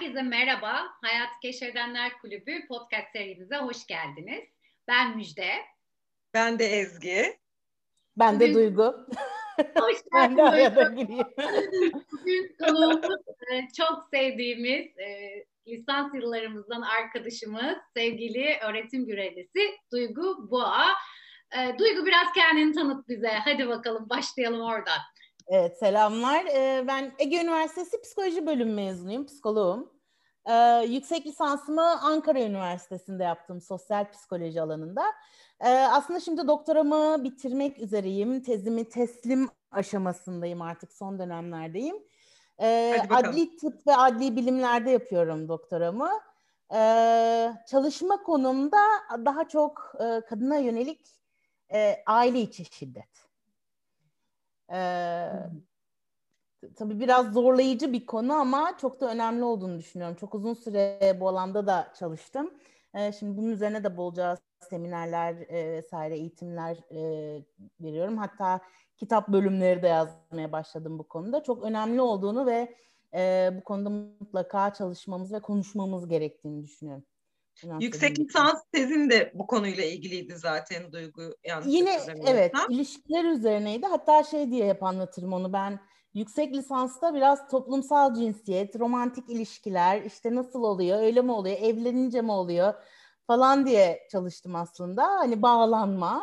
Herkese merhaba. Hayatı Keşfedenler Kulübü podcast serimize hoş geldiniz. Ben Müjde. Ben de Ezgi. Ben de Duygu. Hoş Ben de geldin arada Duygu. gireyim. Bugün konuğumuz çok sevdiğimiz lisans yıllarımızdan arkadaşımız, sevgili öğretim görevlisi Duygu Boğa. Duygu biraz kendini tanıt bize. Hadi bakalım başlayalım oradan. Evet, selamlar. Ben Ege Üniversitesi Psikoloji Bölümü mezunuyum, psikoloğum. Yüksek lisansımı Ankara Üniversitesi'nde yaptım, sosyal psikoloji alanında. Aslında şimdi doktoramı bitirmek üzereyim. Tezimi teslim aşamasındayım, artık son dönemlerdeyim. Adli tıp ve adli bilimlerde yapıyorum doktoramı. Çalışma konumda daha çok kadına yönelik aile içi şiddet. Tabii biraz zorlayıcı bir konu ama çok da önemli olduğunu düşünüyorum. Çok uzun süre bu alanda da çalıştım. Şimdi bunun üzerine de bolca seminerler vesaire eğitimler veriyorum. Hatta kitap bölümleri de yazmaya başladım bu konuda. Çok önemli olduğunu ve bu konuda mutlaka çalışmamız ve konuşmamız gerektiğini düşünüyorum. Yüksek lisans tezin de bu konuyla ilgiliydi zaten Duygu. Yine evet, ilişkiler üzerineydi. Hatta şey diye hep anlatırım onu ben. Yüksek lisansta biraz toplumsal cinsiyet, romantik ilişkiler, işte nasıl oluyor, öyle mi oluyor, evlenince mi oluyor falan diye çalıştım aslında. Hani bağlanma.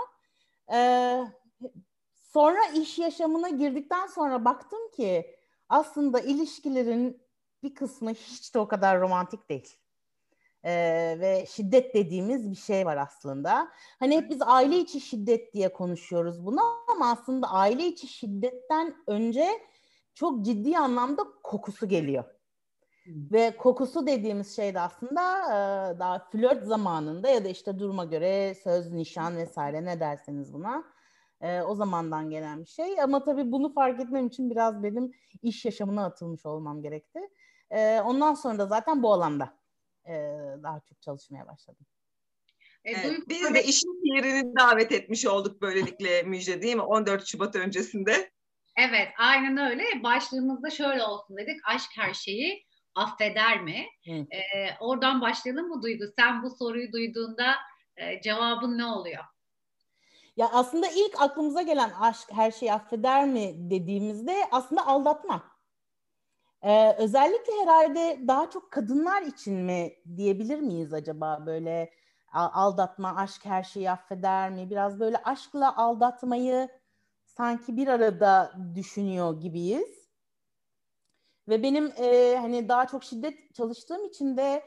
Sonra iş yaşamına girdikten sonra baktım ki aslında ilişkilerin bir kısmı hiç de o kadar romantik değil. Ve şiddet dediğimiz bir şey var aslında. Hani hep biz aile içi şiddet diye konuşuyoruz bunu ama aslında aile içi şiddetten önce çok ciddi anlamda kokusu geliyor. Ve kokusu dediğimiz şey de aslında daha flört zamanında ya da işte duruma göre söz, nişan vesaire ne derseniz buna o zamandan gelen bir şey. Ama tabii bunu fark etmem için biraz benim iş yaşamına atılmış olmam gerekti. Ondan sonra da zaten bu alanda daha çok çalışmaya başladım. Biz de işin yerini davet etmiş olduk böylelikle Müjde, değil mi? 14 Şubat öncesinde. Evet, aynen öyle. Başlığımızda şöyle olsun dedik. Aşk her şeyi affeder mi? Oradan başlayalım mı Duygu? Sen bu soruyu duyduğunda cevabın ne oluyor? Ya aslında ilk aklımıza gelen aşk her şeyi affeder mi dediğimizde aslında aldatma. Özellikle herhalde daha çok kadınlar için mi diyebilir miyiz acaba, böyle aldatma, aşk her şeyi affeder mi? Biraz böyle aşkla aldatmayı sanki bir arada düşünüyor gibiyiz. Ve benim hani daha çok şiddet çalıştığım için de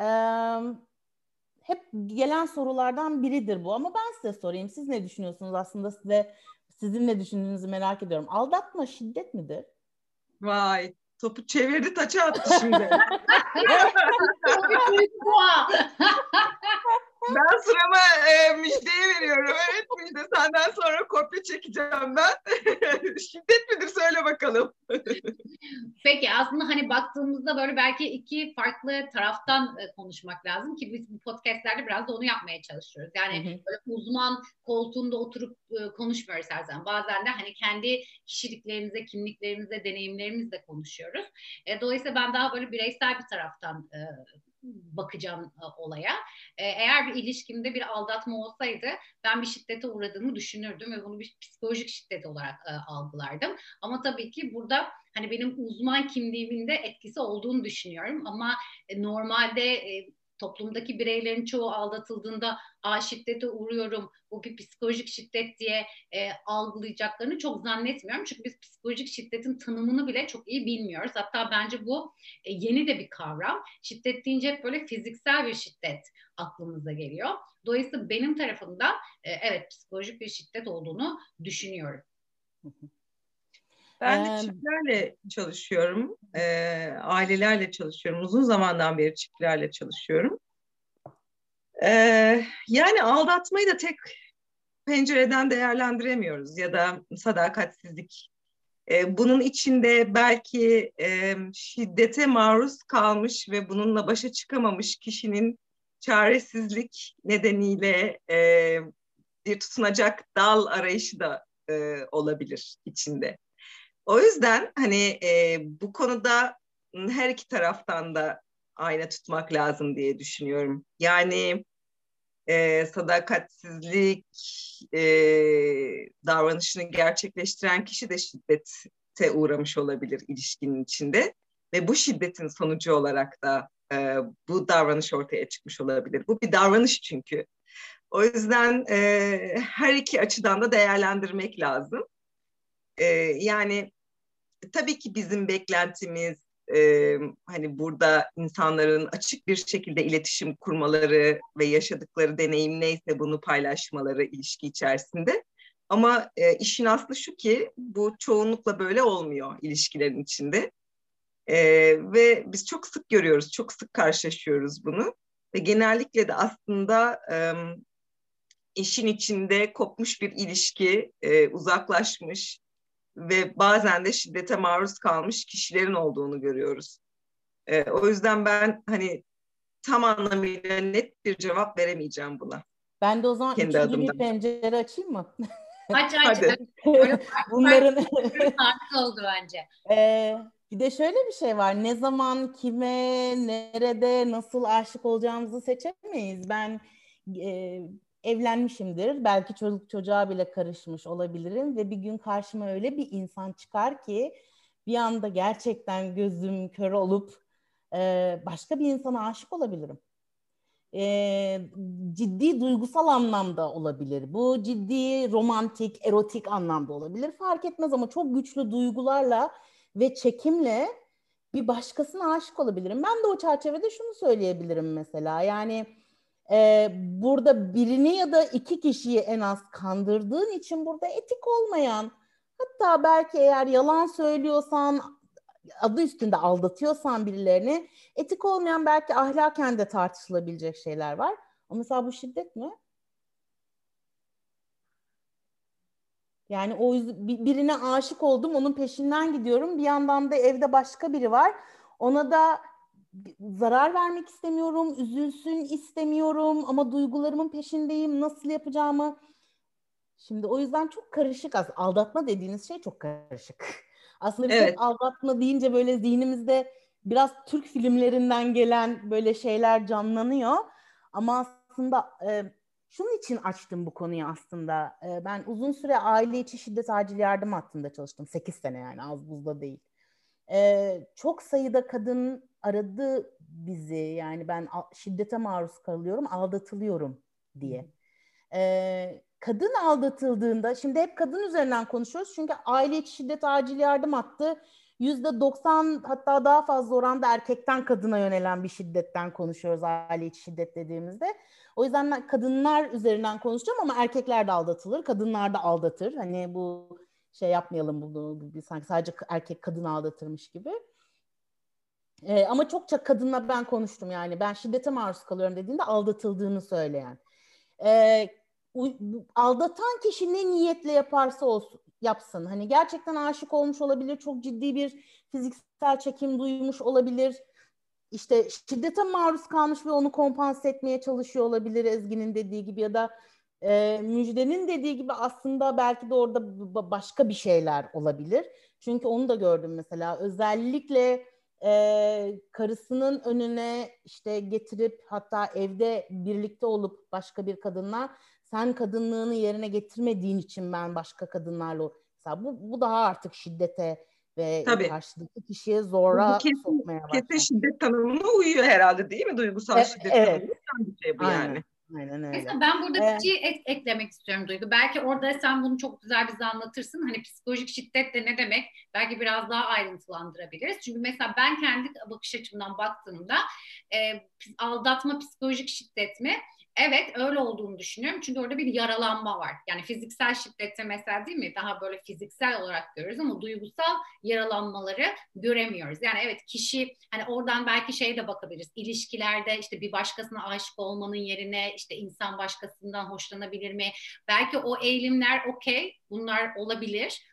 hep gelen sorulardan biridir bu. Ama ben size sorayım. Siz ne düşünüyorsunuz? Aslında sizin ne düşündüğünüzü merak ediyorum. Aldatma şiddet midir? Vay, topu çevirdi, taça attı şimdi. Ben sıramı Müjde'ye veriyorum. Evet Müjde, senden sonra kopya çekeceğim ben. Şiddet midir, söyle bakalım. Peki aslında hani baktığımızda böyle belki iki farklı taraftan konuşmak lazım ki biz bu podcastlerde biraz da onu yapmaya çalışıyoruz. Yani böyle uzman koltuğunda oturup konuşmuyoruz her zaman. Bazen de hani kendi kişiliklerimize, kimliklerimize, deneyimlerimizle konuşuyoruz. Dolayısıyla ben daha böyle bireysel bir taraftan bakacağım olaya. Eğer bir ilişkimde bir aldatma olsaydı ben bir şiddete uğradığımı düşünürdüm ve bunu bir psikolojik şiddet olarak algılardım. Ama tabii ki burada hani benim uzman kimliğimin de etkisi olduğunu düşünüyorum. Ama normalde toplumdaki bireylerin çoğu aldatıldığında şiddete uğruyorum, bu bir psikolojik şiddet diye algılayacaklarını çok zannetmiyorum. Çünkü biz psikolojik şiddetin tanımını bile çok iyi bilmiyoruz. Hatta bence bu yeni de bir kavram. Şiddet deyince hep böyle fiziksel bir şiddet aklımıza geliyor. Dolayısıyla benim tarafımdan evet psikolojik bir şiddet olduğunu düşünüyorum. Ben de çiftlerle çalışıyorum, ailelerle çalışıyorum. Uzun zamandan beri çiftlerle çalışıyorum. Yani aldatmayı da tek pencereden değerlendiremiyoruz ya da sadakatsizlik. Bunun içinde belki şiddete maruz kalmış ve bununla başa çıkamamış kişinin çaresizlik nedeniyle bir tutunacak dal arayışı da olabilir içinde. O yüzden hani bu konuda her iki taraftan da ayna tutmak lazım diye düşünüyorum. Yani sadakatsizlik davranışını gerçekleştiren kişi de şiddete uğramış olabilir ilişkinin içinde. Ve bu şiddetin sonucu olarak da bu davranış ortaya çıkmış olabilir. Bu bir davranış çünkü. O yüzden her iki açıdan da değerlendirmek lazım. Yani tabii ki bizim beklentimiz hani burada insanların açık bir şekilde iletişim kurmaları ve yaşadıkları deneyim neyse bunu paylaşmaları ilişki içerisinde. Ama işin aslı şu ki bu çoğunlukla böyle olmuyor ilişkilerin içinde. Ve biz çok sık görüyoruz, çok sık karşılaşıyoruz bunu. Ve genellikle de aslında işin içinde kopmuş bir ilişki, uzaklaşmış ve bazen de şiddete maruz kalmış kişilerin olduğunu görüyoruz. O yüzden ben hani tam anlamıyla net bir cevap veremeyeceğim buna. Ben de o zaman Kendi üçüncü adımdan. bir pencere açayım mı? Aç. Hadi. Böyle Bunların farklı oldu bence. Bir de şöyle bir şey var. Ne zaman, kime, nerede, nasıl aşık olacağımızı seçemeyiz. Ben evlenmişimdir. Belki çocuk çocuğa bile karışmış olabilirim ve bir gün karşıma öyle bir insan çıkar ki bir anda gerçekten gözüm kör olup başka bir insana aşık olabilirim. Ciddi duygusal anlamda olabilir. Bu ciddi romantik, erotik anlamda olabilir. Fark etmez ama çok güçlü duygularla ve çekimle bir başkasına aşık olabilirim. Ben de o çerçevede şunu söyleyebilirim mesela. Yani burada birini ya da iki kişiyi en az kandırdığın için burada etik olmayan, hatta belki eğer yalan söylüyorsan, adı üstünde aldatıyorsan birilerini, etik olmayan belki ahlaken de tartışılabilecek şeyler var. Ama mesela bu şiddet mi? Yani o birine aşık oldum, onun peşinden gidiyorum. Bir yandan da evde başka biri var. Ona da zarar vermek istemiyorum, üzülsün istemiyorum ama duygularımın peşindeyim. Nasıl yapacağımı. Şimdi o yüzden çok karışık. Aldatma dediğiniz şey çok karışık. Aslında biz Evet. hep aldatma deyince böyle zihnimizde biraz Türk filmlerinden gelen böyle şeyler canlanıyor. Ama aslında şunun için açtım bu konuyu aslında. Ben uzun süre aile içi şiddet acil yardım hattında çalıştım. 8 sene yani, az buzda değil. Çok sayıda kadın aradı bizi. Yani ben şiddete maruz kalıyorum, aldatılıyorum diye. Kadın aldatıldığında, şimdi hep kadın üzerinden konuşuyoruz çünkü aile içi şiddet acil yardım hattı %90 hatta daha fazla oranda erkekten kadına yönelen bir şiddetten konuşuyoruz aile içi şiddet dediğimizde. O yüzden ben kadınlar üzerinden konuşacağım ama erkekler de aldatılır, kadınlar da aldatır. Hani bu şey yapmayalım, bunu sanki sadece erkek kadın aldatırmış gibi. Ama çokça kadınla ben konuştum, yani ben şiddete maruz kalıyorum dediğinde aldatıldığını söyleyen. Aldatan kişi ne niyetle yaparsa olsun, yapsın. Hani gerçekten aşık olmuş olabilir, çok ciddi bir fiziksel çekim duymuş olabilir. İşte şiddete maruz kalmış ve onu kompanse etmeye çalışıyor olabilir, Ezgi'nin dediği gibi, ya da Müjde'nin dediği gibi aslında belki de orada başka bir şeyler olabilir. Çünkü onu da gördüm mesela, özellikle karısının önüne işte getirip hatta evde birlikte olup başka bir kadınla, sen kadınlığını yerine getirmediğin için ben başka kadınlarla, mesela bu daha artık şiddete ve Tabii. karşıdaki kişiye Bu zorla sokmaya kesin başlar. şiddet tanımına uyuyor herhalde, değil mi? Duygusal şiddet Evet. tanımı bir şey bu Aynen. yani. Aynen öyle. Mesela ben burada bir şey eklemek istiyorum Duygu. Belki orada sen bunu çok güzel bize anlatırsın. Hani psikolojik şiddet de ne demek? Belki biraz daha ayrıntılandırabiliriz. Çünkü mesela ben kendi bakış açımdan baktığımda aldatma psikolojik şiddet mi? Evet, öyle olduğunu düşünüyorum. Çünkü orada bir yaralanma var. Yani fiziksel şiddette mesela, değil mi? Daha böyle fiziksel olarak görüyoruz ama duygusal yaralanmaları göremiyoruz. Yani evet, kişi hani oradan belki şeye de bakabiliriz. İlişkilerde işte bir başkasına aşık olmanın yerine işte insan başkasından hoşlanabilir mi? Belki o eğilimler okey, bunlar olabilir.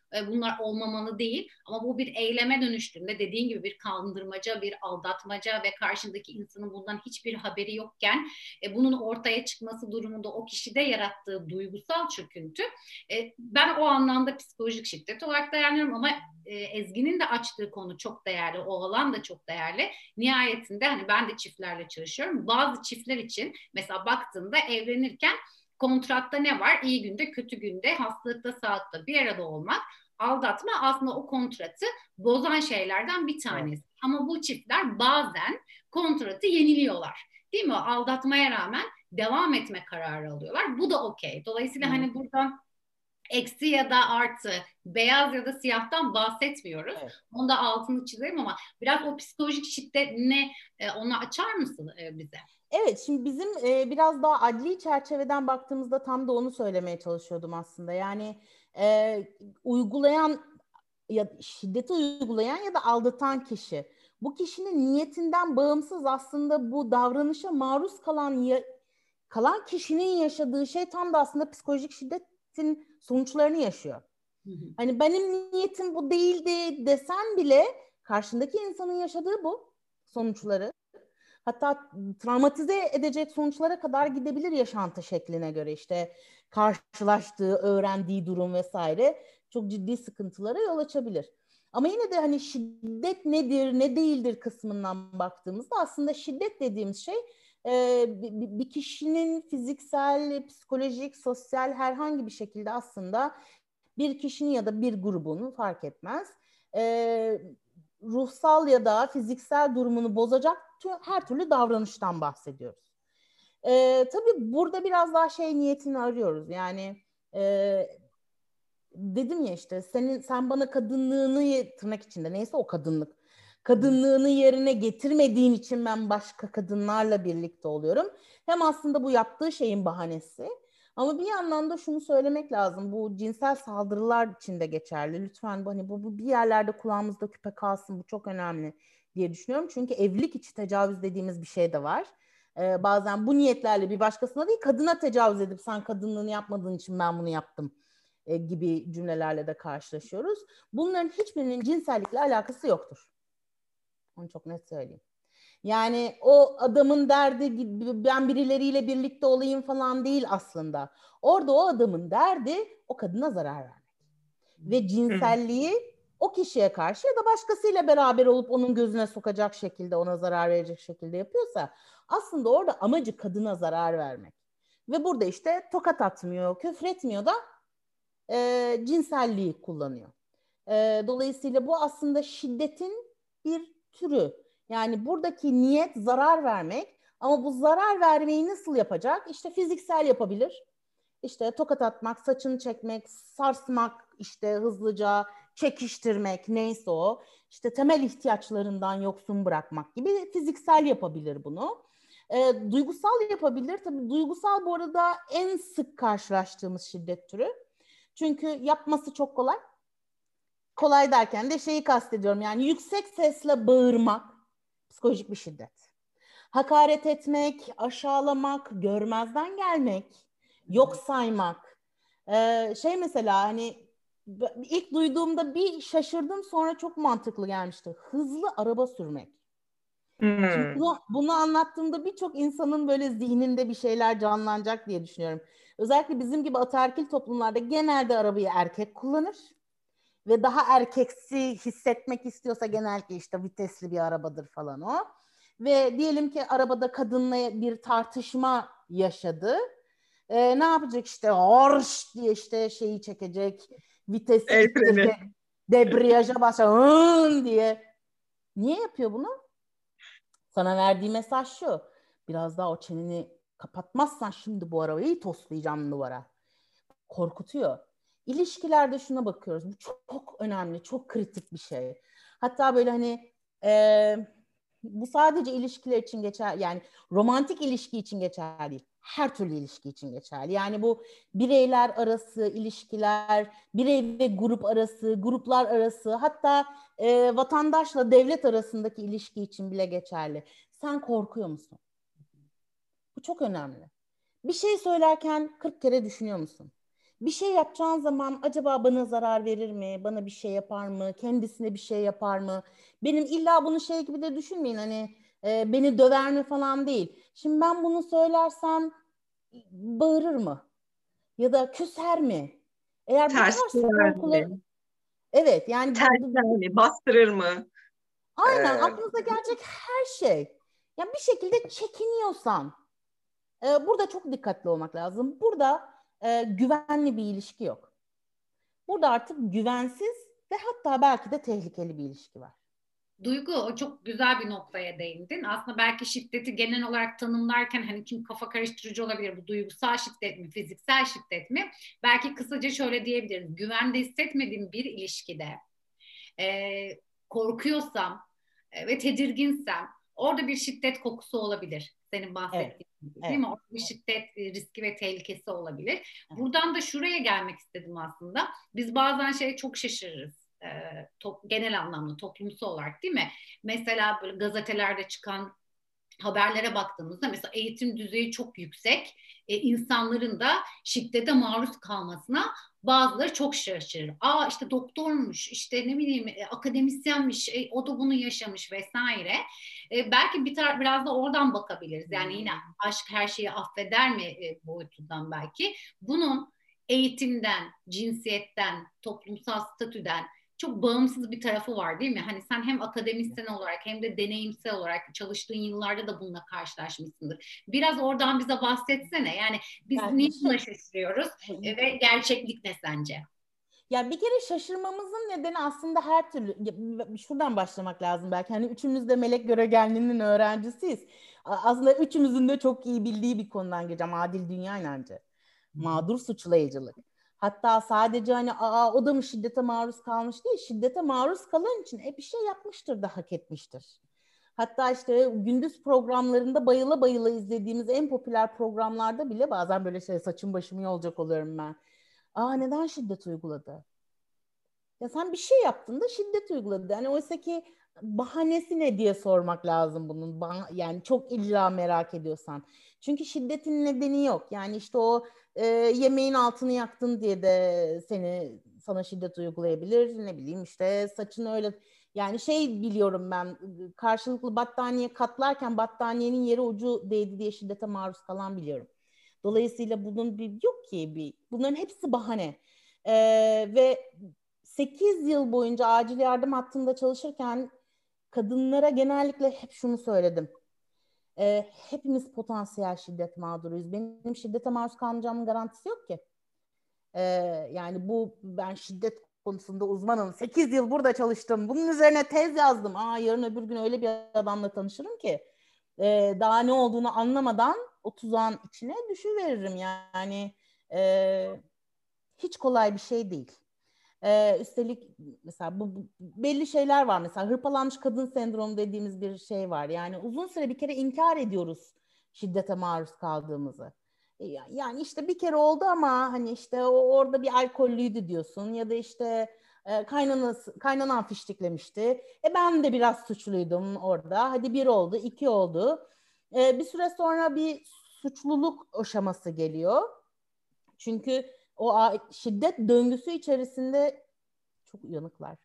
bunlar olmamalı değil. Ama bu bir eyleme dönüştüğünde dediğin gibi bir kandırmaca, bir aldatmaca ve karşındaki insanın bundan hiçbir haberi yokken bunun ortaya çıkması durumunda o kişide yarattığı duygusal çöküntü, ben o anlamda psikolojik şiddet olarak değerlendiriyorum ama Ezgi'nin de açtığı konu çok değerli, o alan da çok değerli. Nihayetinde hani ben de çiftlerle çalışıyorum. Bazı çiftler için mesela baktığında evlenirken kontratta ne var? İyi günde, kötü günde, hastalıkta, sağlıkta bir arada olmak. Aldatma aslında o kontratı bozan şeylerden bir tanesi. Evet. Ama bu çiftler bazen kontratı yeniliyorlar. Değil mi? Aldatmaya rağmen devam etme kararı alıyorlar. Bu da okey. Dolayısıyla hani buradan eksi ya da artı, beyaz ya da siyahtan bahsetmiyoruz. Evet. Onu da altını çizelim ama biraz o psikolojik şiddet ne, onu açar mısın bize? Evet, şimdi bizim biraz daha adli çerçeveden baktığımızda tam da onu söylemeye çalışıyordum aslında. Yani uygulayan ya şiddeti uygulayan ya da aldatan kişi, bu kişinin niyetinden bağımsız aslında bu davranışa maruz kalan kişinin yaşadığı şey tam da aslında psikolojik şiddetin sonuçlarını yaşıyor. Hani benim niyetim bu değildi desen bile karşındaki insanın yaşadığı bu sonuçları. Hatta travmatize edecek sonuçlara kadar gidebilir yaşantı şekline göre, işte karşılaştığı, öğrendiği durum vesaire çok ciddi sıkıntılara yol açabilir. Ama yine de hani şiddet nedir, ne değildir kısmından baktığımızda aslında şiddet dediğimiz şey bir kişinin fiziksel, psikolojik, sosyal herhangi bir şekilde aslında bir kişinin ya da bir grubun fark etmez ruhsal ya da fiziksel durumunu bozacak her türlü davranıştan bahsediyoruz. Tabii burada biraz daha niyetini arıyoruz. Yani dedim ya işte sen bana kadınlığını tırnak içinde neyse o kadınlığını yerine getirmediğin için ben başka kadınlarla birlikte oluyorum. Hem aslında bu yaptığı şeyin bahanesi. Ama bir yandan da şunu söylemek lazım. Bu cinsel saldırılar için de geçerli. Lütfen hani bu bir yerlerde kulağımızda küpe kalsın. Bu çok önemli diye düşünüyorum. Çünkü evlilik içi tecavüz dediğimiz bir şey de var. Bazen bu niyetlerle bir başkasına değil, kadına tecavüz edip sen kadınlığını yapmadığın için ben bunu yaptım gibi cümlelerle de karşılaşıyoruz. Bunların hiçbirinin cinsellikle alakası yoktur. Onu çok net söyleyeyim. Yani o adamın derdi ben birileriyle birlikte olayım falan değil aslında. Orada o adamın derdi o kadına zarar vermek. Ve cinselliği o kişiye karşı ya da başkasıyla beraber olup onun gözüne sokacak şekilde, ona zarar verecek şekilde yapıyorsa aslında orada amacı kadına zarar vermek. Ve burada işte tokat atmıyor, küfretmiyor da cinselliği kullanıyor. Dolayısıyla bu aslında şiddetin bir türü. Yani buradaki niyet zarar vermek, ama bu zarar vermeyi nasıl yapacak? İşte fiziksel yapabilir. İşte tokat atmak, saçını çekmek, sarsmak, işte hızlıca çekiştirmek, neyse o. İşte temel ihtiyaçlarından yoksun bırakmak gibi fiziksel yapabilir bunu. Duygusal yapabilir. Tabii duygusal bu arada en sık karşılaştığımız şiddet türü. Çünkü yapması çok kolay. Kolay derken de şeyi kastediyorum. Yani yüksek sesle bağırmak psikolojik bir şiddet. Hakaret etmek, aşağılamak, görmezden gelmek, yok saymak. Mesela hani ilk duyduğumda bir şaşırdım, sonra çok mantıklı gelmişti. Hızlı araba sürmek. Şimdi bunu anlattığımda birçok insanın böyle zihninde bir şeyler canlanacak diye düşünüyorum. Özellikle bizim gibi ataerkil toplumlarda genelde arabayı erkek kullanır. Ve daha erkeksi hissetmek istiyorsa genellikle işte vitesli bir arabadır falan o. Ve diyelim ki arabada kadınla bir tartışma yaşadı. Ne yapacak işte horş diye işte şeyi çekecek, vitesi ittirecek, debriyaja basacak diye. Niye yapıyor bunu? Sana verdiği mesaj şu: biraz daha o çeneni kapatmazsan şimdi bu arabayı toslayacağım duvara. Korkutuyor. İlişkilerde şuna bakıyoruz. Bu çok önemli, çok kritik bir şey. Hatta böyle hani bu sadece ilişkiler için geçer, yani romantik ilişki için geçerli değil. Her türlü ilişki için geçerli. Yani bu bireyler arası ilişkiler, birey ve grup arası, gruplar arası, hatta vatandaşla devlet arasındaki ilişki için bile geçerli. Sen korkuyor musun? Bu çok önemli. Bir şey söylerken 40 kere düşünüyor musun? Bir şey yapacağın zaman acaba bana zarar verir mi? Bana bir şey yapar mı? Kendisine bir şey yapar mı? Benim illa bunu şey gibi de düşünmeyin, hani beni döver mi falan değil. Şimdi ben bunu söylersem bağırır mı? Ya da küser mi? Eğer bu Ters tarz gider korkular, mi? evet yani Tersler mi? Bastırır mı? aynen Ee, aklınıza gelecek her şey. Ya bir şekilde çekiniyorsan burada çok dikkatli olmak lazım. Burada güvenli bir ilişki yok. Burada artık güvensiz ve hatta belki de tehlikeli bir ilişki var. Duygu, o çok güzel bir noktaya değindin. Aslında belki şiddeti genel olarak tanımlarken hani kim kafa karıştırıcı olabilir, bu duygusal şiddet mi, fiziksel şiddet mi? Belki kısaca şöyle diyebiliriz. Güvende hissetmediğim bir ilişkide korkuyorsam ve tedirginsem orada bir şiddet kokusu olabilir. Senin Evet, bahsettiğin gibi, değil evet, mi? Orada bir şiddet riski ve tehlikesi olabilir. evet. Buradan da şuraya gelmek istedim aslında. Biz bazen çok şaşırırız. Genel anlamda toplumsal olarak, değil mi? Mesela böyle gazetelerde çıkan haberlere baktığımızda mesela eğitim düzeyi çok yüksek insanların da şiddete maruz kalmasına bazıları çok şaşırır. Aa, işte doktormuş, işte ne bileyim akademisyenmiş, o da bunu yaşamış vesaire. Belki biraz da oradan bakabiliriz. Yani yine aşk her şeyi affeder mi boyutundan belki. Bunun eğitimden, cinsiyetten, toplumsal statüden çok bağımsız bir tarafı var, değil mi? Hani sen hem akademisyen olarak hem de deneyimsel olarak çalıştığın yıllarda da bununla karşılaşmışsındır. Biraz oradan bize bahsetsene. Yani biz niye Yani buna şaşırıyoruz ve gerçeklik ne sence? ya bir kere şaşırmamızın nedeni aslında her türlü, şuradan başlamak lazım belki. Hani üçümüz de melek göregenliğinin öğrencisiyiz. Aslında üçümüzün de çok iyi bildiği bir konudan gireceğim. Adil dünya inancı. Mağdur suçlayıcılık. Hatta sadece hani o da mı şiddete maruz kalmış değil, şiddete maruz kalan için bir şey yapmıştır da hak etmiştir. Hatta işte gündüz programlarında bayıla bayıla izlediğimiz en popüler programlarda bile bazen böyle saçım başımı yolacak oluyorum ben. Neden şiddet uyguladı? Ya sen bir şey yaptın da şiddet uyguladı. Yani oysa ki bahanesi ne diye sormak lazım bunun. Yani çok illa merak ediyorsan. Çünkü şiddetin nedeni yok. Yani işte o yemeğin altını yaktın diye de sana şiddet uygulayabilir. Ne bileyim işte saçını öyle, yani biliyorum ben, karşılıklı battaniye katlarken battaniyenin yere ucu değdi diye şiddete maruz kalan biliyorum. Dolayısıyla bunun yok ki bunların hepsi bahane. Ve 8 yıl boyunca acil yardım hattında çalışırken kadınlara genellikle hep şunu söyledim. Hepimiz potansiyel şiddet mağduruyuz. Benim şiddete maruz kalmayacağımın garantisi yok ki. Ee, Yani ben şiddet konusunda uzmanım. 8 yıl burada çalıştım. Bunun üzerine tez yazdım. Yarın öbür gün öyle bir adamla tanışırım ki daha ne olduğunu anlamadan o tuzağın içine düşüveririm. Yani hiç kolay bir şey değil. Üstelik mesela bu belli şeyler var. Mesela hırpalanmış kadın sendromu dediğimiz bir şey var. Yani uzun süre bir kere inkar ediyoruz şiddete maruz kaldığımızı. Yani işte bir kere oldu ama hani işte orada bir alkollüydü diyorsun ya da işte kaynanan fiştiklemişti. Ben de biraz suçluydum orada. Hadi bir oldu, iki oldu. Bir süre sonra bir suçluluk aşaması geliyor. Çünkü şiddet döngüsü içerisinde çok uyanıklar.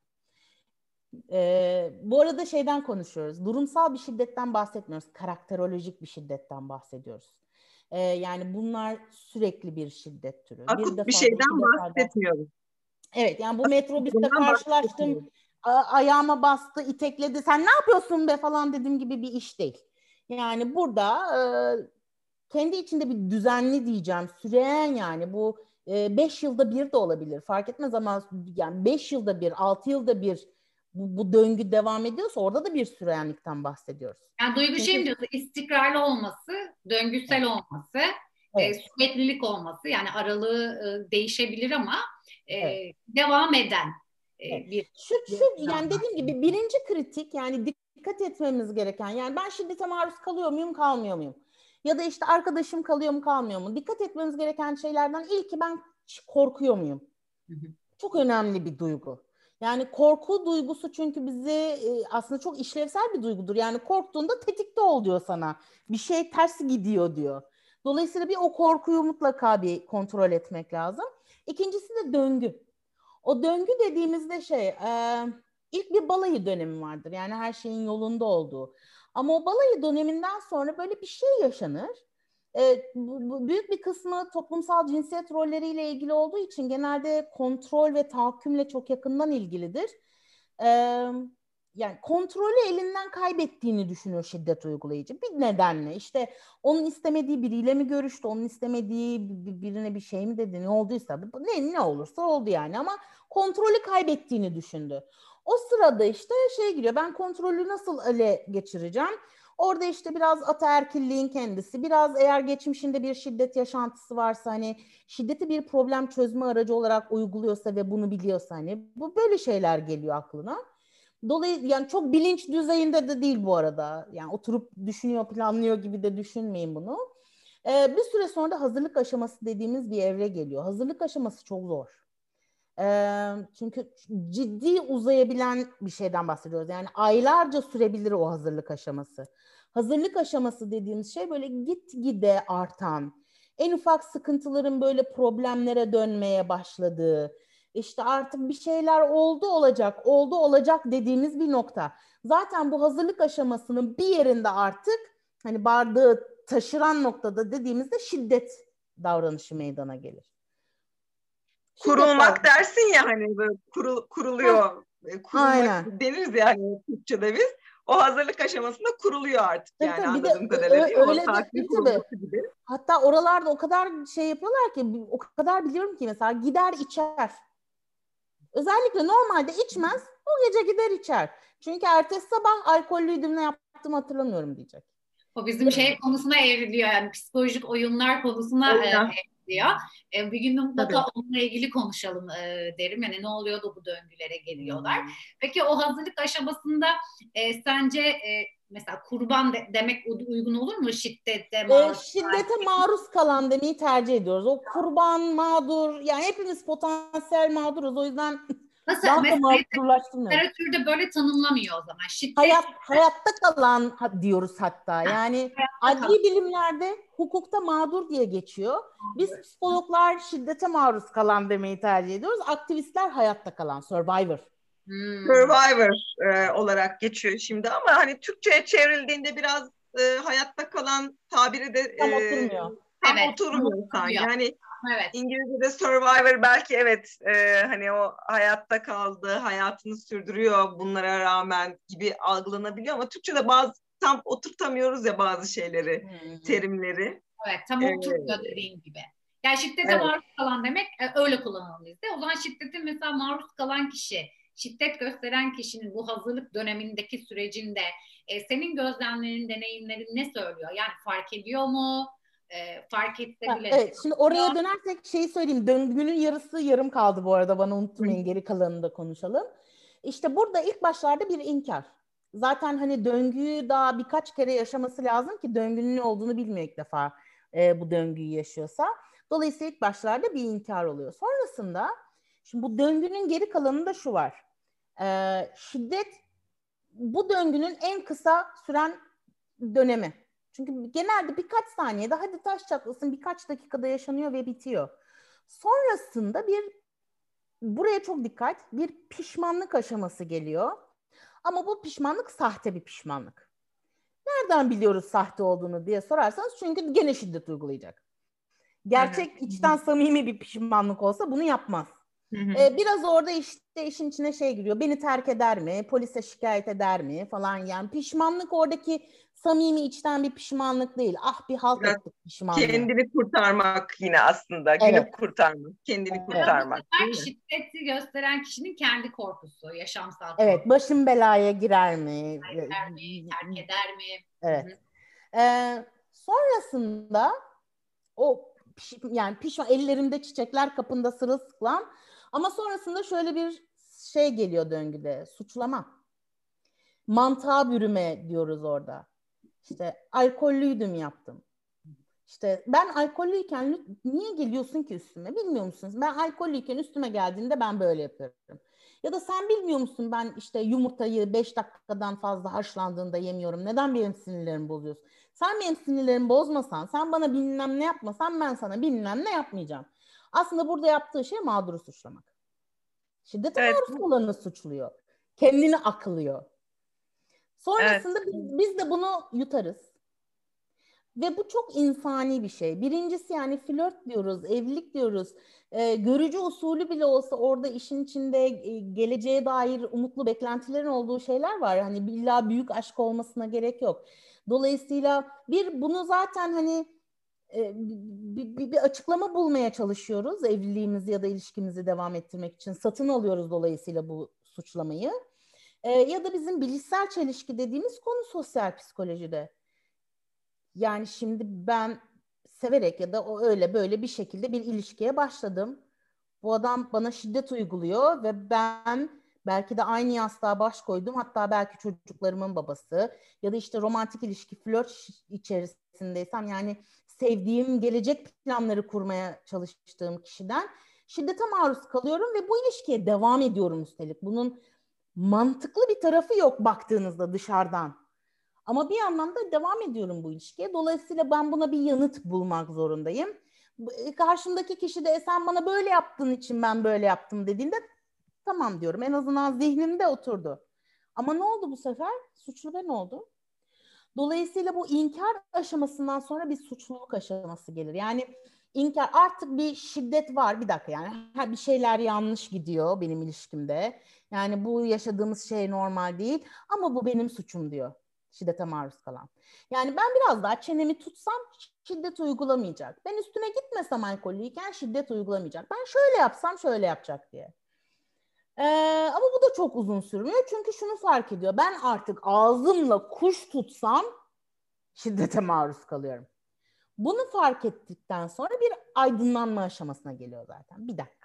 Bu arada şeyden konuşuyoruz. Durumsal bir şiddetten bahsetmiyoruz. Karakterolojik bir şiddetten bahsediyoruz. Yani bunlar sürekli bir şiddet türü. Bir Akut bir defada, iki şeyden defada. bahsetmiyoruz. Evet, yani bu Akut bir metrobüste durumdan karşılaştım. bahsetmiyoruz. Ayağıma bastı, itekledi. Sen ne yapıyorsun be falan dediğim gibi bir iş değil. Yani burada kendi içinde bir düzenli diyeceğim, süreyen, yani bu 5 yılda bir de olabilir. Fark etmez ama yani 5 yılda bir, 6 yılda bir bu döngü devam ediyorsa orada da bir süreyenlikten bahsediyoruz. Yani Duygu Çünkü mi diyorsun? İstikrarlı olması, döngüsel evet, olması, evet, süreklilik olması, yani aralığı değişebilir ama evet. devam eden Evet. bir Şu yani davranış. dediğim gibi birinci kritik, yani dikkat etmemiz gereken, yani ben şiddete maruz kalıyor muyum, kalmıyor muyum? Ya da işte arkadaşım kalıyor mu, kalmıyor mu? Dikkat etmemiz gereken şeylerden ilki, ben korkuyor muyum? Hı hı. Çok önemli bir duygu. Yani korku duygusu çünkü bizi aslında çok işlevsel bir duygudur. Yani korktuğunda tetikte ol diyor sana. Bir şey ters gidiyor diyor. Dolayısıyla bir o korkuyu mutlaka bir kontrol etmek lazım. İkincisi de döngü. O döngü dediğimizde ilk bir balayı dönemi vardır. Yani her şeyin yolunda olduğu. Ama o balayı döneminden sonra böyle bir şey yaşanır. Büyük bir kısmı toplumsal cinsiyet rolleriyle ilgili olduğu için genelde kontrol ve tahakkümle çok yakından ilgilidir. Yani kontrolü elinden kaybettiğini düşünüyor şiddet uygulayıcı. Bir nedenle işte onun istemediği biriyle mi görüştü, onun istemediği birine bir şey mi dedi, ne olduysa ne olursa oldu yani, ama kontrolü kaybettiğini düşündü. O sırada işte giriyor, ben kontrolü nasıl ele geçireceğim? Orada işte biraz ataerkilliğin kendisi, biraz eğer geçmişinde bir şiddet yaşantısı varsa, hani şiddeti bir problem çözme aracı olarak uyguluyorsa ve bunu biliyorsa, hani bu böyle şeyler geliyor aklına. Dolayısıyla yani çok bilinç düzeyinde de değil bu arada. Yani oturup düşünüyor, planlıyor gibi de düşünmeyin bunu. Bir süre sonra da hazırlık aşaması dediğimiz bir evre geliyor. Hazırlık aşaması çok zor. Çünkü ciddi uzayabilen bir şeyden bahsediyoruz. Yani aylarca sürebilir o hazırlık aşaması. Hazırlık aşaması dediğimiz şey böyle gitgide artan, en ufak sıkıntıların böyle problemlere dönmeye başladığı, işte artık bir şeyler oldu olacak dediğimiz bir nokta. Zaten bu hazırlık aşamasının bir yerinde artık hani bardağı taşıran noktada dediğimizde şiddet davranışı meydana gelir. Kurulmak dersin ya, hani böyle kuruluyor. Kurulmak aynen deniriz yani Türkçe'de biz. O hazırlık aşamasında kuruluyor artık tabii, yani, tabii. anladığım Bir de kadarıyla değil mi? öyle O de saatin tabii. kurulması gibi. Hatta oralarda o kadar şey yapıyorlar ki, o kadar biliyorum ki mesela gider içer. Özellikle normalde içmez, o gece gider içer. Çünkü ertesi sabah alkollüydüm, ne yaptım hatırlamıyorum diyecek. O bizim şey konusuna evriliyor, yani psikolojik oyunlar konusuna evriliyor. Bir gün de mutlaka onunla ilgili konuşalım derim. Yani ne oluyor da bu döngülere geliyorlar. Peki o hazırlık aşamasında sence mesela kurban demek uygun olur mu? Şiddete maruz kalan demeyi tercih ediyoruz. O kurban, mağdur, yani hepimiz potansiyel mağduruz. O yüzden daha da mağdurlaştırmıyoruz. Literatürde böyle tanımlamıyor o zaman. Hayatta kalan diyoruz hatta. Yani adli bilimlerde hukukta mağdur diye geçiyor. Biz psikologlar şiddete maruz kalan demeyi tercih ediyoruz. Aktivistler hayatta kalan, survivor. Survivor olarak geçiyor şimdi, ama hani Türkçe'ye çevrildiğinde biraz hayatta kalan tabiri de tam oturmuyor. Oturmuyor sanki. Yani İngilizce'de survivor belki hani o hayatta kaldı, hayatını sürdürüyor bunlara rağmen gibi algılanabiliyor, ama Türkçe'de tam oturtamıyoruz ya bazı şeyleri, terimleri. Evet, tam oturmuyor dediğin gibi. Yani şiddete maruz kalan demek öyle kullanılmalıyız. O zaman şiddete mesela maruz kalan kişi, şiddet gösteren kişinin bu hazırlık dönemindeki sürecinde senin gözlemlerin, deneyimlerin ne söylüyor? Yani fark ediyor mu? Fark etse bile. Evet, şimdi oraya dönersek şeyi söyleyeyim. Döngünün yarısı yarım kaldı bu arada. Bana unutmayın, geri kalanını da konuşalım. İşte burada ilk başlarda bir inkar. Zaten hani döngüyü daha birkaç kere yaşaması lazım ki döngünün ne olduğunu bilmiyor ilk defa bu döngüyü yaşıyorsa. Dolayısıyla ilk başlarda bir inkar oluyor. Sonrasında şimdi bu döngünün geri kalanında şu var. Şiddet bu döngünün en kısa süren dönemi. Çünkü genelde birkaç saniyede, hadi taş çatlasın, birkaç dakikada yaşanıyor ve bitiyor. Sonrasında buraya çok dikkat, bir pişmanlık aşaması geliyor. Ama bu pişmanlık sahte bir pişmanlık. Nereden biliyoruz sahte olduğunu diye sorarsanız, çünkü gene şiddet uygulayacak. Gerçek, içten samimi bir pişmanlık olsa bunu yapmaz. Biraz orada işte işin içine giriyor. Beni terk eder mi? Polise şikayet eder mi? Falan yani. Pişmanlık oradaki samimi, içten bir pişmanlık değil. Ah, bir halt ettik pişmanlığı. Kendini kurtarmak yine aslında. Günü kurtarmak. Kendini kurtarmak. Bu şiddeti gösteren kişinin kendi korkusu, yaşamsal korkusu. Evet. Başım belaya girer mi? Terk eder mi? Evet. Sonrasında o yani ellerimde çiçekler, kapında sırılsıklam. Ama sonrasında şöyle bir şey geliyor döngüde. Suçlama. Mantığa bürüme diyoruz orada. İşte alkollüydüm yaptım. İşte ben alkollüyken niye geliyorsun ki üstüme? Bilmiyor musunuz? Ben alkollüyken üstüme geldiğinde ben böyle yapıyorum. Ya da sen bilmiyor musun, ben işte yumurtayı 5 dakikadan fazla haşlandığında yemiyorum. Neden benim sinirlerimi bozuyorsun? Sen benim sinirlerimi bozmasan, sen bana bilmem ne yapmasan, ben sana bilmem ne yapmayacağım. Aslında burada yaptığı şey mağduru suçlamak. Şiddete Evet. maruz olanı suçluyor. Kendini aklıyor. Sonrasında Evet. biz de bunu yutarız. Ve bu çok insani bir şey. Birincisi yani flört diyoruz, evlilik diyoruz. Görücü usulü bile olsa orada işin içinde geleceğe dair umutlu beklentilerin olduğu şeyler var. Hani illa büyük aşk olmasına gerek yok. Dolayısıyla bunu zaten hani bir açıklama bulmaya çalışıyoruz evliliğimizi ya da ilişkimizi devam ettirmek için. Satın alıyoruz dolayısıyla bu suçlamayı. Ya da bizim bilişsel çelişki dediğimiz konu sosyal psikolojide. Yani şimdi ben severek ya da o öyle böyle bir şekilde bir ilişkiye başladım. Bu adam bana şiddet uyguluyor ve ben belki de aynı yastığa baş koydum. Hatta belki çocuklarımın babası ya da işte romantik ilişki, flört içerisindeysem yani sevdiğim, gelecek planları kurmaya çalıştığım kişiden şiddete maruz kalıyorum ve bu ilişkiye devam ediyorum üstelik. Bunun mantıklı bir tarafı yok baktığınızda dışarıdan. Ama bir yandan da devam ediyorum bu ilişkiye. Dolayısıyla ben buna bir yanıt bulmak zorundayım. Karşımdaki kişi de sen bana böyle yaptığın için ben böyle yaptım dediğinde tamam diyorum. En azından zihnimde oturdu. Ama ne oldu bu sefer? Suçlu ben oldum. Dolayısıyla bu inkar aşamasından sonra bir suçluluk aşaması gelir. Yani inkar artık bir şiddet var. Bir dakika yani bir şeyler yanlış gidiyor benim ilişkimde. Yani bu yaşadığımız şey normal değil ama bu benim suçum diyor şiddete maruz kalan. Yani ben biraz daha çenemi tutsam şiddet uygulamayacak. Ben üstüne gitmesem alkollüyken şiddet uygulamayacak. Ben şöyle yapsam şöyle yapacak diye. Ama bu da çok uzun sürmüyor. Çünkü şunu fark ediyor. Ben artık ağzımla kuş tutsam şiddete maruz kalıyorum. Bunu fark ettikten sonra bir aydınlanma aşamasına geliyor zaten. Bir dakika.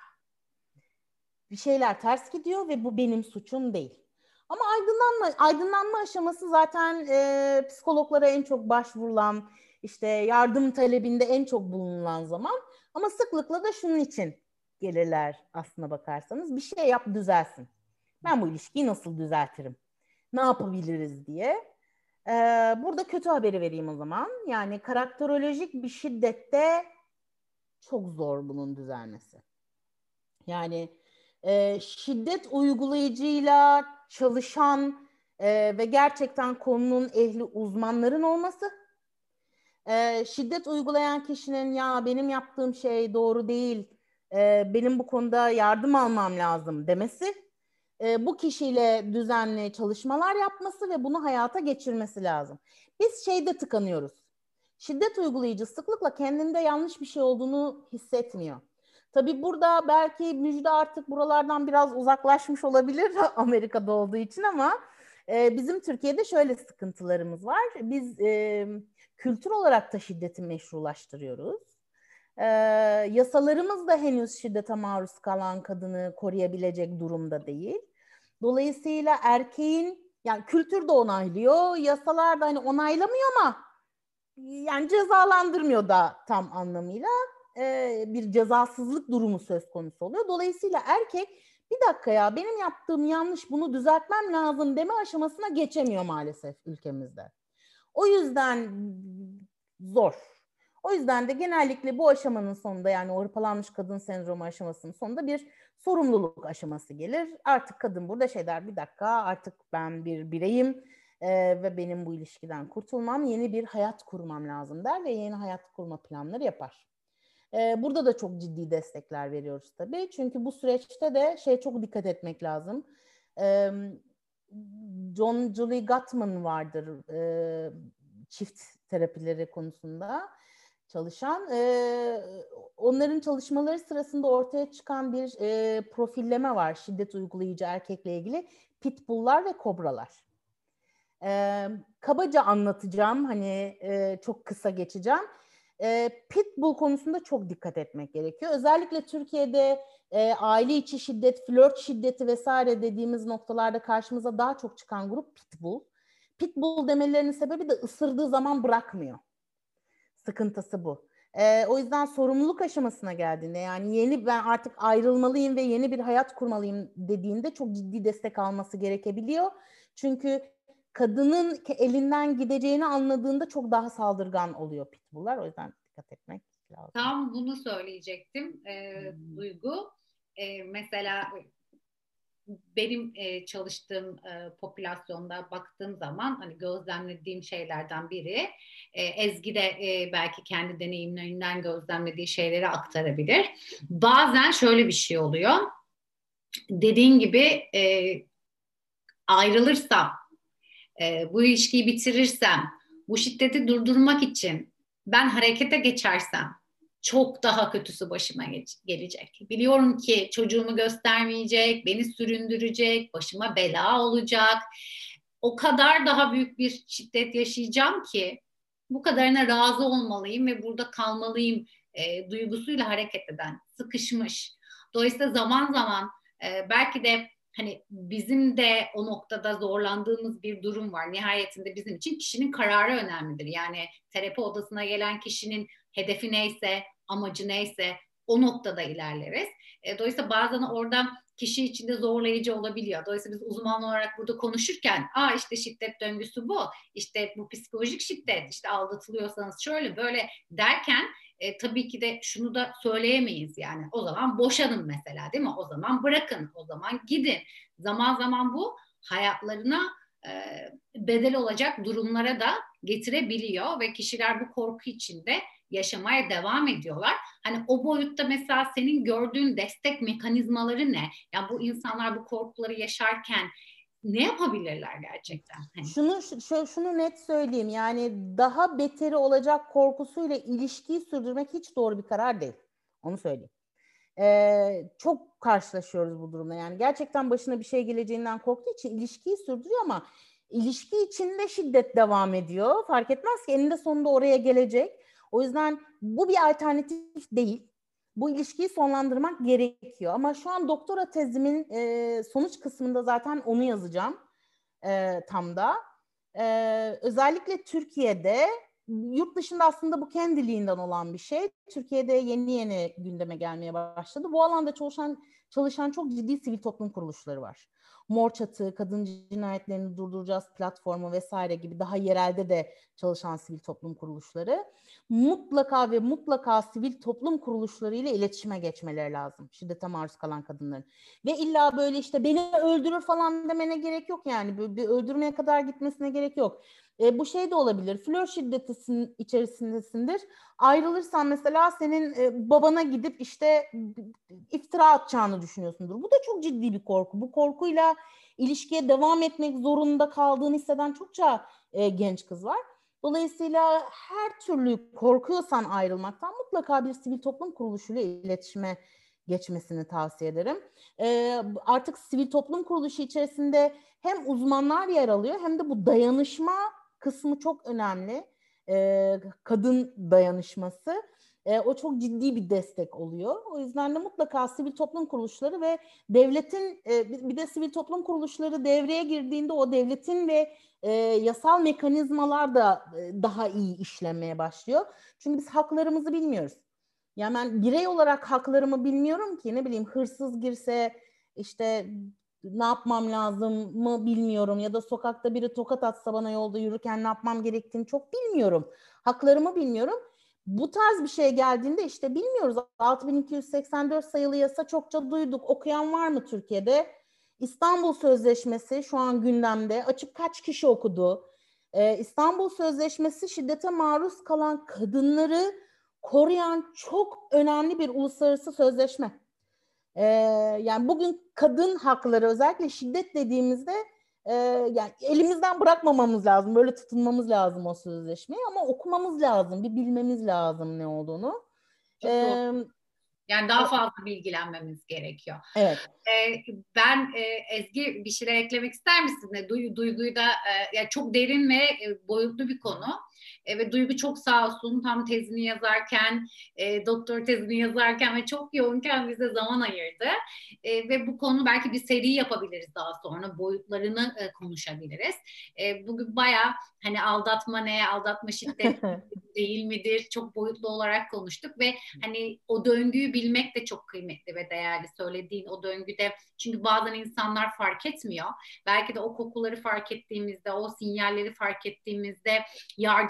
Bir şeyler ters gidiyor ve bu benim suçum değil. Ama aydınlanma aşaması zaten psikologlara en çok başvurulan, işte yardım talebinde en çok bulunan zaman. Ama sıklıkla da şunun için gelirler aslına bakarsanız. Bir şey yap düzelsin. Ben bu ilişkiyi nasıl düzeltirim? Ne yapabiliriz diye. Burada kötü haberi vereyim o zaman. Yani karakterolojik bir şiddette çok zor bunun düzelmesi. Yani şiddet uygulayıcıyla çalışan ve gerçekten konunun ehli uzmanların olması, şiddet uygulayan kişinin ya benim yaptığım şey doğru değil, benim bu konuda yardım almam lazım demesi, bu kişiyle düzenli çalışmalar yapması ve bunu hayata geçirmesi lazım. Biz şeyde tıkanıyoruz. Şiddet uygulayıcı sıklıkla kendinde yanlış bir şey olduğunu hissetmiyor. Tabii burada belki Müjde artık buralardan biraz uzaklaşmış olabilir Amerika'da olduğu için ama bizim Türkiye'de şöyle sıkıntılarımız var. Biz kültür olarak da şiddeti meşrulaştırıyoruz. Yasalarımız da henüz şiddete maruz kalan kadını koruyabilecek durumda değil. Dolayısıyla erkeğin yani kültür de onaylıyor, yasalar da hani onaylamıyor ama yani cezalandırmıyor da tam anlamıyla bir cezasızlık durumu söz konusu oluyor. Dolayısıyla erkek bir dakika ya benim yaptığım yanlış bunu düzeltmem lazım deme aşamasına geçemiyor maalesef ülkemizde. O yüzden zor. O yüzden de genellikle bu aşamanın sonunda yani o hırpalanmış kadın sendromu aşamasının sonunda bir sorumluluk aşaması gelir. Artık kadın burada şey der bir dakika artık ben bir bireyim ve benim bu ilişkiden kurtulmam, yeni bir hayat kurmam lazım der ve yeni hayat kurma planları yapar. Burada da çok ciddi destekler veriyoruz tabii. Çünkü bu süreçte de çok dikkat etmek lazım. John Julie Gottman vardır çift terapileri konusunda çalışan. Onların çalışmaları sırasında ortaya çıkan bir profilleme var şiddet uygulayıcı erkekle ilgili. Pitbulllar ve kobralar. Kabaca anlatacağım, hani çok kısa geçeceğim. Pitbull konusunda çok dikkat etmek gerekiyor. Özellikle Türkiye'de aile içi şiddet, flört şiddeti vesaire dediğimiz noktalarda karşımıza daha çok çıkan grup Pitbull. Pitbull demelerinin sebebi de ısırdığı zaman bırakmıyor. Sıkıntısı bu. O yüzden sorumluluk aşamasına geldiğinde yani ben artık ayrılmalıyım ve yeni bir hayat kurmalıyım dediğinde çok ciddi destek alması gerekebiliyor. Çünkü kadının elinden gideceğini anladığında çok daha saldırgan oluyor pitbulllar. O yüzden dikkat etmek lazım. Tam bunu söyleyecektim Duygu. Mesela benim çalıştığım popülasyonda baktığım zaman hani gözlemlediğim şeylerden biri, Ezgi de belki kendi deneyimlerinden gözlemlediği şeyleri aktarabilir. Bazen şöyle bir şey oluyor. Dediğin gibi ayrılırsam, bu ilişkiyi bitirirsem, bu şiddeti durdurmak için ben harekete geçersem çok daha kötüsü başıma gelecek. Biliyorum ki çocuğumu göstermeyecek, beni süründürecek, başıma bela olacak. O kadar daha büyük bir şiddet yaşayacağım ki bu kadarına razı olmalıyım ve burada kalmalıyım duygusuyla hareket eden, sıkışmış. Dolayısıyla zaman zaman belki de hani bizim de o noktada zorlandığımız bir durum var. Nihayetinde bizim için kişinin kararı önemlidir. Yani terapi odasına gelen kişinin hedefi neyse, amacı neyse o noktada ilerleriz. Dolayısıyla bazen orada kişi içinde zorlayıcı olabiliyor. Dolayısıyla biz uzman olarak burada konuşurken işte şiddet döngüsü bu, işte bu psikolojik şiddet, işte aldatılıyorsanız şöyle böyle derken tabii ki de şunu da söyleyemeyiz yani. O zaman boşanın mesela, değil mi? O zaman bırakın, o zaman gidin. Zaman zaman bu hayatlarına bedel olacak durumlara da getirebiliyor ve kişiler bu korku içinde yaşamaya devam ediyorlar. Hani o boyutta mesela senin gördüğün destek mekanizmaları ne? Yani bu insanlar bu korkuları yaşarken ne yapabilirler gerçekten? Şunu net söyleyeyim, yani daha beteri olacak korkusuyla ilişkiyi sürdürmek hiç doğru bir karar değil. Onu söyleyeyim. Çok karşılaşıyoruz bu durumda. Yani gerçekten başına bir şey geleceğinden korktuğu için ilişkiyi sürdürüyor ama ilişki içinde şiddet devam ediyor. Fark etmez ki eninde sonunda oraya gelecek. O yüzden bu bir alternatif değil. Bu ilişkiyi sonlandırmak gerekiyor. Ama şu an doktora tezimin sonuç kısmında zaten onu yazacağım. Tam da. Özellikle Türkiye'de, yurt dışında aslında bu kendiliğinden olan bir şey. Türkiye'de yeni yeni gündeme gelmeye başladı. Bu alanda çalışan çok ciddi sivil toplum kuruluşları var. Mor Çatı, Kadın Cinayetlerini Durduracağız platformu vesaire gibi daha yerelde de çalışan sivil toplum kuruluşları. Mutlaka ve mutlaka sivil toplum kuruluşları ile iletişime geçmeleri lazım. Şiddete maruz kalan kadınların. Ve illa böyle işte beni öldürür falan demene gerek yok yani. Böyle bir öldürmeye kadar gitmesine gerek yok. Bu şey de olabilir. Flör şiddetinin içerisindesindir. Ayrılırsan mesela senin babana gidip işte iftira atacağını düşünüyorsundur. Bu da çok ciddi bir korku. Bu korkuyla ilişkiye devam etmek zorunda kaldığını hisseden çokça genç kız var. Dolayısıyla her türlü korkuyorsan ayrılmaktan mutlaka bir sivil toplum kuruluşuyla iletişime geçmesini tavsiye ederim. Artık sivil toplum kuruluşu içerisinde hem uzmanlar yer alıyor hem de bu dayanışma kısmı çok önemli. Kadın dayanışması. O çok ciddi bir destek oluyor. O yüzden de mutlaka sivil toplum kuruluşları ve devletin bir de sivil toplum kuruluşları devreye girdiğinde o devletin ve yasal mekanizmalar da daha iyi işlemeye başlıyor. Çünkü biz haklarımızı bilmiyoruz. Yani ben birey olarak haklarımı bilmiyorum ki, ne bileyim hırsız girse işte ne yapmam lazım mı bilmiyorum ya da sokakta biri tokat atsa bana yolda yürürken ne yapmam gerektiğini çok bilmiyorum. Haklarımı bilmiyorum. Bu tarz bir şey geldiğinde işte bilmiyoruz. 6284 sayılı yasa çokça duyduk. Okuyan var mı Türkiye'de? İstanbul Sözleşmesi şu an gündemde. Açıp kaç kişi okudu? İstanbul Sözleşmesi şiddete maruz kalan kadınları koruyan çok önemli bir uluslararası sözleşme. Yani bugün kadın hakları, özellikle şiddet dediğimizde yani elimizden bırakmamamız lazım. Böyle tutunmamız lazım o sözleşmeyi ama okumamız lazım. Bir bilmemiz lazım ne olduğunu. Çok doğru. Yani daha fazla bilgilenmemiz gerekiyor. Evet. Ben Ezgi bir şeyler eklemek ister misin? Duyguyu da yani çok derin ve boyutlu bir konu. Ve Duygu çok sağ olsun tam tezini yazarken, doktor tezini yazarken ve çok yoğunken bize zaman ayırdı. Ve bu konu belki bir seri yapabiliriz daha sonra. Boyutlarını konuşabiliriz. Bugün bayağı hani aldatma ne, aldatma şiddet değil midir? Çok boyutlu olarak konuştuk ve hani o döngüyü bilmek de çok kıymetli ve değerli, söylediğin o döngüde. Çünkü bazen insanlar fark etmiyor. Belki de o kokuları fark ettiğimizde, o sinyalleri fark ettiğimizde yardım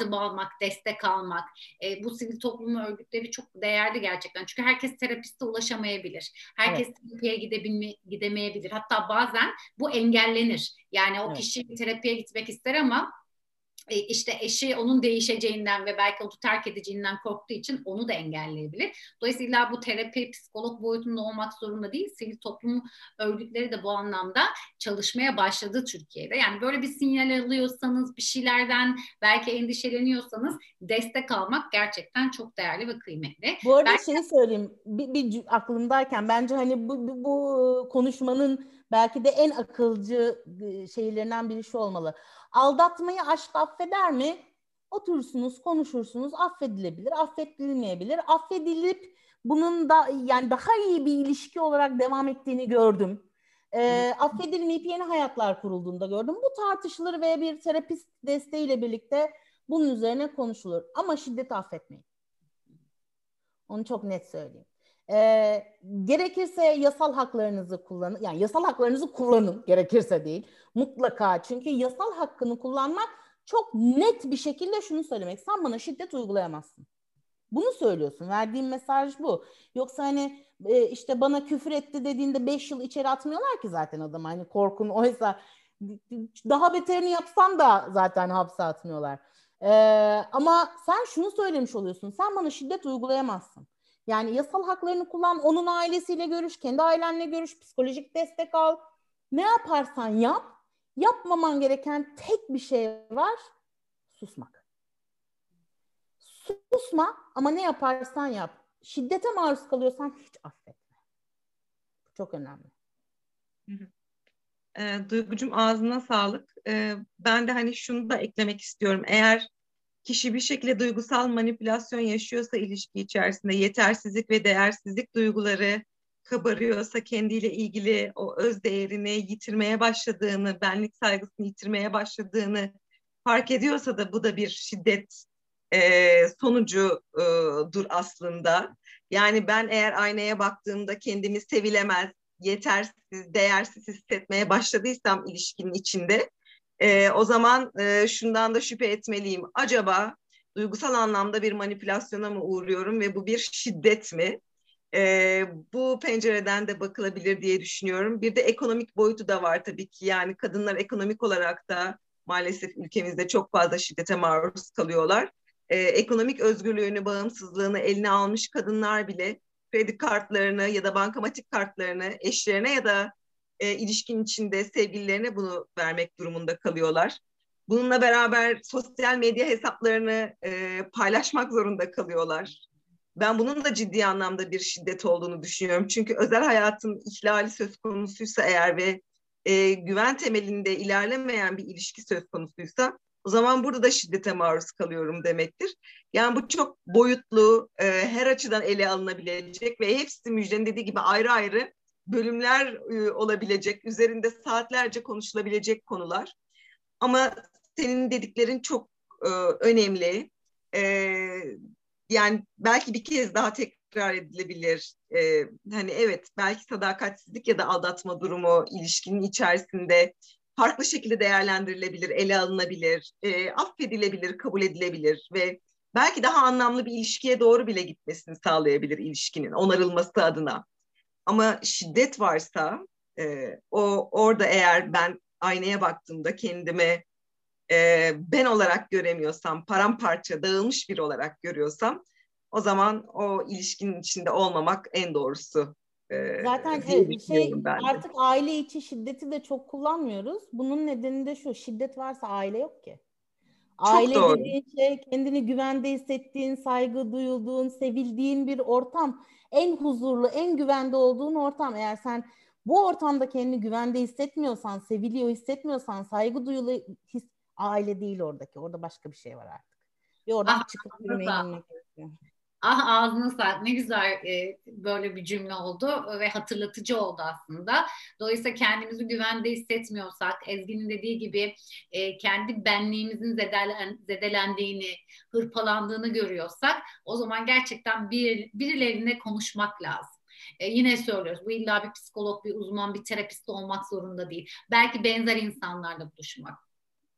yardım almak, destek almak. Bu sivil toplum örgütleri çok değerli gerçekten. Çünkü herkes terapiste ulaşamayabilir. Herkes terapiye gidemeyebilir. Hatta bazen bu engellenir. Yani o kişi terapiye gitmek ister ama işte eşi onun değişeceğinden ve belki onu terk edeceğinden korktuğu için onu da engelleyebilir. Dolayısıyla bu terapi, psikolog boyutunda olmak zorunda değil. Sivil toplum örgütleri de bu anlamda çalışmaya başladı Türkiye'de. Yani böyle bir sinyal alıyorsanız, bir şeylerden belki endişeleniyorsanız destek almak gerçekten çok değerli ve kıymetli. Bu arada şeyi söyleyeyim, bir aklımdayken bence hani bu konuşmanın belki de en akılcı şeylerinden biri şu olmalı. Aldatmayı aşk affeder mi? Oturursunuz, konuşursunuz, affedilebilir, affedilmeyebilir. Affedilip bunun da yani daha iyi bir ilişki olarak devam ettiğini gördüm. Affedilmeyip yeni hayatlar kurulduğunda gördüm. Bu tartışılır ve bir terapist desteğiyle birlikte bunun üzerine konuşulur. Ama şiddeti affetmeyin. Onu çok net söyleyeyim. Gerekirse yasal haklarınızı kullanın. Yani yasal haklarınızı kullanın gerekirse değil. Mutlaka. Çünkü yasal hakkını kullanmak çok net bir şekilde şunu söylemek. Sen bana şiddet uygulayamazsın. Bunu söylüyorsun. Verdiğin mesaj bu. Yoksa hani işte bana küfür etti dediğinde 5 yıl içeri atmıyorlar ki zaten adam. Hani korkun oysa daha beterini yapsan da zaten hapse atmıyorlar. Ama sen şunu söylemiş oluyorsun. Sen bana şiddet uygulayamazsın. Yani yasal haklarını kullan, onun ailesiyle görüş, kendi ailenle görüş, psikolojik destek al. Ne yaparsan yap, yapmaman gereken tek bir şey var, susmak. Susma ama ne yaparsan yap. Şiddete maruz kalıyorsan hiç affetme. Çok önemli. Duygucum ağzına sağlık. Ben de hani şunu da eklemek istiyorum. Eğer kişi bir şekilde duygusal manipülasyon yaşıyorsa ilişki içerisinde yetersizlik ve değersizlik duyguları kabarıyorsa kendiyle ilgili o öz değerini yitirmeye başladığını, benlik saygısını yitirmeye başladığını fark ediyorsa da bu da bir şiddet sonucudur aslında. Yani ben eğer aynaya baktığımda kendimi sevilemez, yetersiz, değersiz hissetmeye başladıysam ilişkinin içinde o zaman şundan da şüphe etmeliyim. Acaba duygusal anlamda bir manipülasyona mı uğruyorum ve bu bir şiddet mi? Bu pencereden de bakılabilir diye düşünüyorum. Bir de ekonomik boyutu da var tabii ki. Yani kadınlar ekonomik olarak da maalesef ülkemizde çok fazla şiddete maruz kalıyorlar. Ekonomik özgürlüğünü, bağımsızlığını eline almış kadınlar bile kredi kartlarını ya da bankamatik kartlarını eşlerine ya da ilişkin içinde sevgililerine bunu vermek durumunda kalıyorlar. Bununla beraber sosyal medya hesaplarını paylaşmak zorunda kalıyorlar. Ben bunun da ciddi anlamda bir şiddet olduğunu düşünüyorum. Çünkü özel hayatın ihlali söz konusuysa eğer ve güven temelinde ilerlemeyen bir ilişki söz konusuysa o zaman burada da şiddete maruz kalıyorum demektir. Yani bu çok boyutlu, her açıdan ele alınabilecek ve hepsi Müjde'nin dediği gibi ayrı ayrı bölümler olabilecek, üzerinde saatlerce konuşulabilecek konular. Ama senin dediklerin çok önemli. Yani belki bir kez daha tekrar edilebilir. Hani evet, belki sadakatsizlik ya da aldatma durumu ilişkinin içerisinde farklı şekilde değerlendirilebilir, ele alınabilir, affedilebilir, kabul edilebilir ve belki daha anlamlı bir ilişkiye doğru bile gitmesini sağlayabilir ilişkinin onarılması adına. Ama şiddet varsa orada eğer ben aynaya baktığımda kendime ben olarak göremiyorsam, paramparça, dağılmış biri olarak görüyorsam o zaman o ilişkinin içinde olmamak en doğrusu Zaten diye düşünüyorum ben de. artık aile içi şiddeti de çok kullanmıyoruz. Bunun nedeni de şu: şiddet varsa aile yok ki. Çok Aile doğru. dediğin şey kendini güvende hissettiğin, saygı duyulduğun, sevildiğin bir ortam. En huzurlu, en güvende olduğun ortam. Eğer sen bu ortamda kendini güvende hissetmiyorsan, seviliyor hissetmiyorsan, saygı duyulu aile değil oradaki. Orada başka bir şey var artık. Ve oradan çıkıp yürümeyi bilmek gerekiyor. Ah, ağzına sağlık. Ne güzel böyle bir cümle oldu ve hatırlatıcı oldu aslında. Dolayısıyla kendimizi güvende hissetmiyorsak, Ezgi'nin dediği gibi kendi benliğimizin zedelendiğini, hırpalandığını görüyorsak o zaman gerçekten birilerine konuşmak lazım. Yine söylüyoruz, bu illa bir psikolog, bir uzman, bir terapist olmak zorunda değil. Belki benzer insanlarla buluşmak.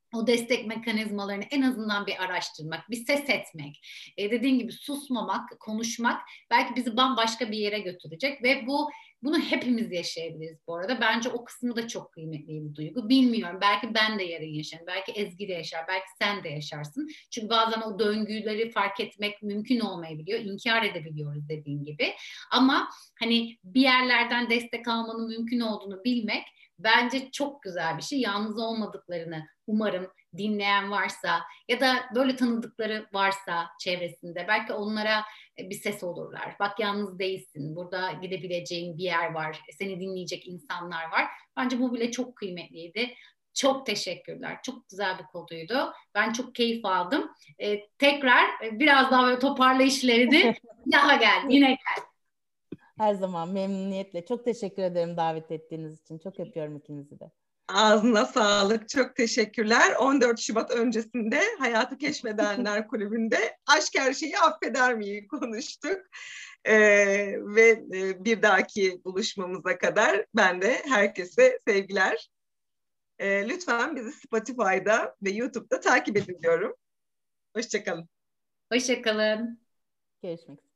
o destek mekanizmalarını en azından bir araştırmak, bir ses etmek, dediğin gibi susmamak, konuşmak belki bizi bambaşka bir yere götürecek ve bunu hepimiz yaşayabiliriz bu arada. Bence o kısmı da çok kıymetli bir duygu. Bilmiyorum, belki ben de yarın yaşarım, belki Ezgi de yaşar, belki sen de yaşarsın. Çünkü bazen o döngüleri fark etmek mümkün olmayabiliyor, inkar edebiliyoruz dediğin gibi. Ama hani bir yerlerden destek almanın mümkün olduğunu bilmek bence çok güzel bir şey. Yalnız olmadıklarını umarım dinleyen varsa ya da böyle tanıdıkları varsa çevresinde belki onlara bir ses olurlar. Bak yalnız değilsin. Burada gidebileceğin bir yer var. Seni dinleyecek insanlar var. Bence bu bile çok kıymetliydi. Çok teşekkürler. Çok güzel bir konuydu. Ben çok keyif aldım. Tekrar biraz daha böyle toparla işlerini. Daha gel. Yine gel. Her zaman memnuniyetle. Çok teşekkür ederim davet ettiğiniz için. Çok öpüyorum ikinizi de. Ağzına sağlık. Çok teşekkürler. 14 Şubat öncesinde Hayatı Keşfedenler Kulübü'nde Aşk Her Şeyi Affeder miyi konuştuk. Ve bir dahaki buluşmamıza kadar ben de herkese sevgiler. Lütfen bizi Spotify'da ve YouTube'da takip edin diyorum. Hoşça kalın. Hoşça kalın. Görüşmek üzere.